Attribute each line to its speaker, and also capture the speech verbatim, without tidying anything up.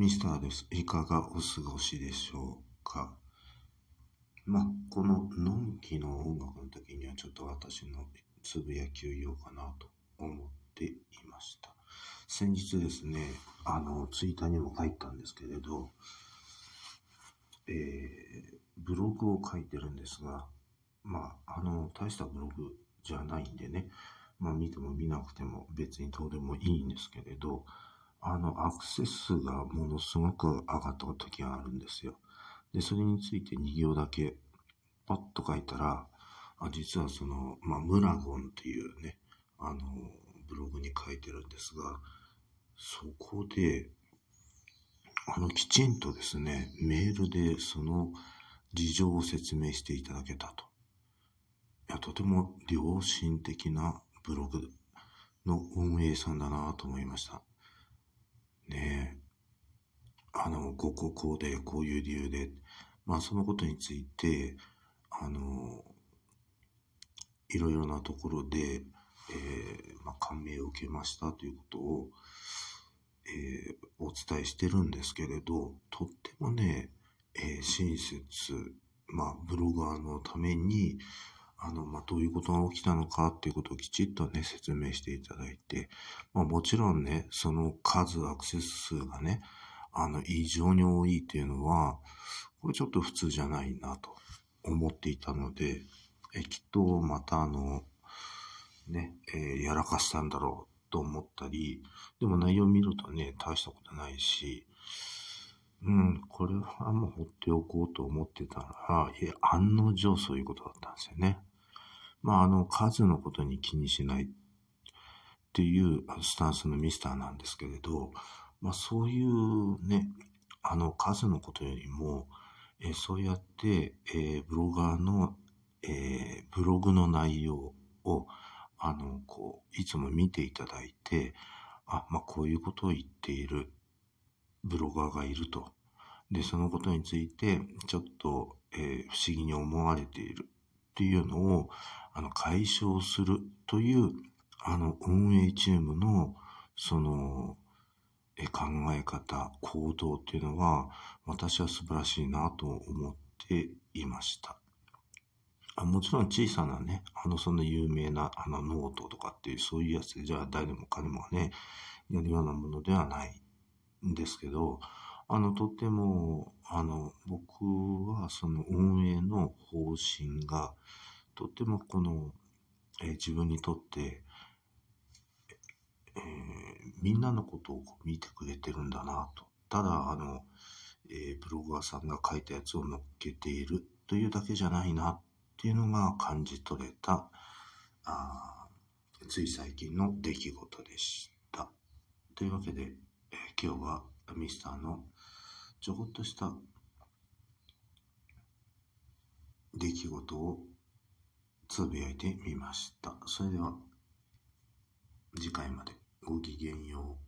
Speaker 1: ミスターです。いかがお過ごしでしょうか。まあ、こののんきの音楽の時にはちょっと私のつぶやきを言おうかなと思っていました。先日ですね、あの、ツイッターにも書いたんですけれど、えー、ブログを書いてるんですが、まあ、あの、大したブログじゃないんでね、まあ、見ても見なくても別にどうでもいいんですけれど、あの、アクセス数がものすごく上がった時があるんですよ。で、それについてに行だけパッと書いたら、あ実はその、まあ、ムラゴンっていうね、あの、ブログに書いてるんですが、そこで、あの、きちんとですね、メールでその事情を説明していただけたと。いや、とても良心的なブログの運営さんだなと思いました。ねえ。あの、こうこうこうで、こういう理由で、まあそのことについて、あの、いろいろなところで、えーまあ、感銘を受けましたということを、えーお伝えしてるんですけれど、とってもね、えー親切、まあ、ブロガーのために、あの、まあ、どういうことが起きたのかっていうことをきちっとね、説明していただいて、まあ、もちろんね、その数、アクセス数がね、あの、異常に多いっていうのは、これちょっと普通じゃないなと思っていたので、えきっとまたあの、ね、えーやらかしたんだろうと思ったり、でも内容を見るとね、大したことないし、うん、これはもう放っておこうと思ってたら、いや、案の定そういうことだったんですよね。まあ、あの、数のことに気にしないっていうスタンスのミスターなんですけれど、まあ、そういうね、あの、数のことよりも、えーそうやって、えーブロガーの、えーブログの内容を、あの、こう、いつも見ていただいて、あ、まあ、こういうことを言っているブロガーがいると。で、そのことについて、ちょっと、えー不思議に思われているっていうのを、あの、解消するという、あの、運営チームの、その、え考え方、行動っていうのは、私は素晴らしいなと思っていました。あもちろん小さなね、あの、そんな有名な、あの、ノートとかっていう、そういうやつで、じゃあ誰でも彼もね、やるようなものではないんですけど、あの、とても、あの、僕はその運営の方針が、とてもこの、えー自分にとって、えーみんなのことをこう見てくれてるんだなと。ただ、あの、えーブロガーさんが書いたやつを載っけているというだけじゃないなっていうのが感じ取れた、あーつい最近の出来事でした。というわけで、えー今日はミスターのちょこっとした出来事をつぶやいてみました。それでは次回までごきげんよう。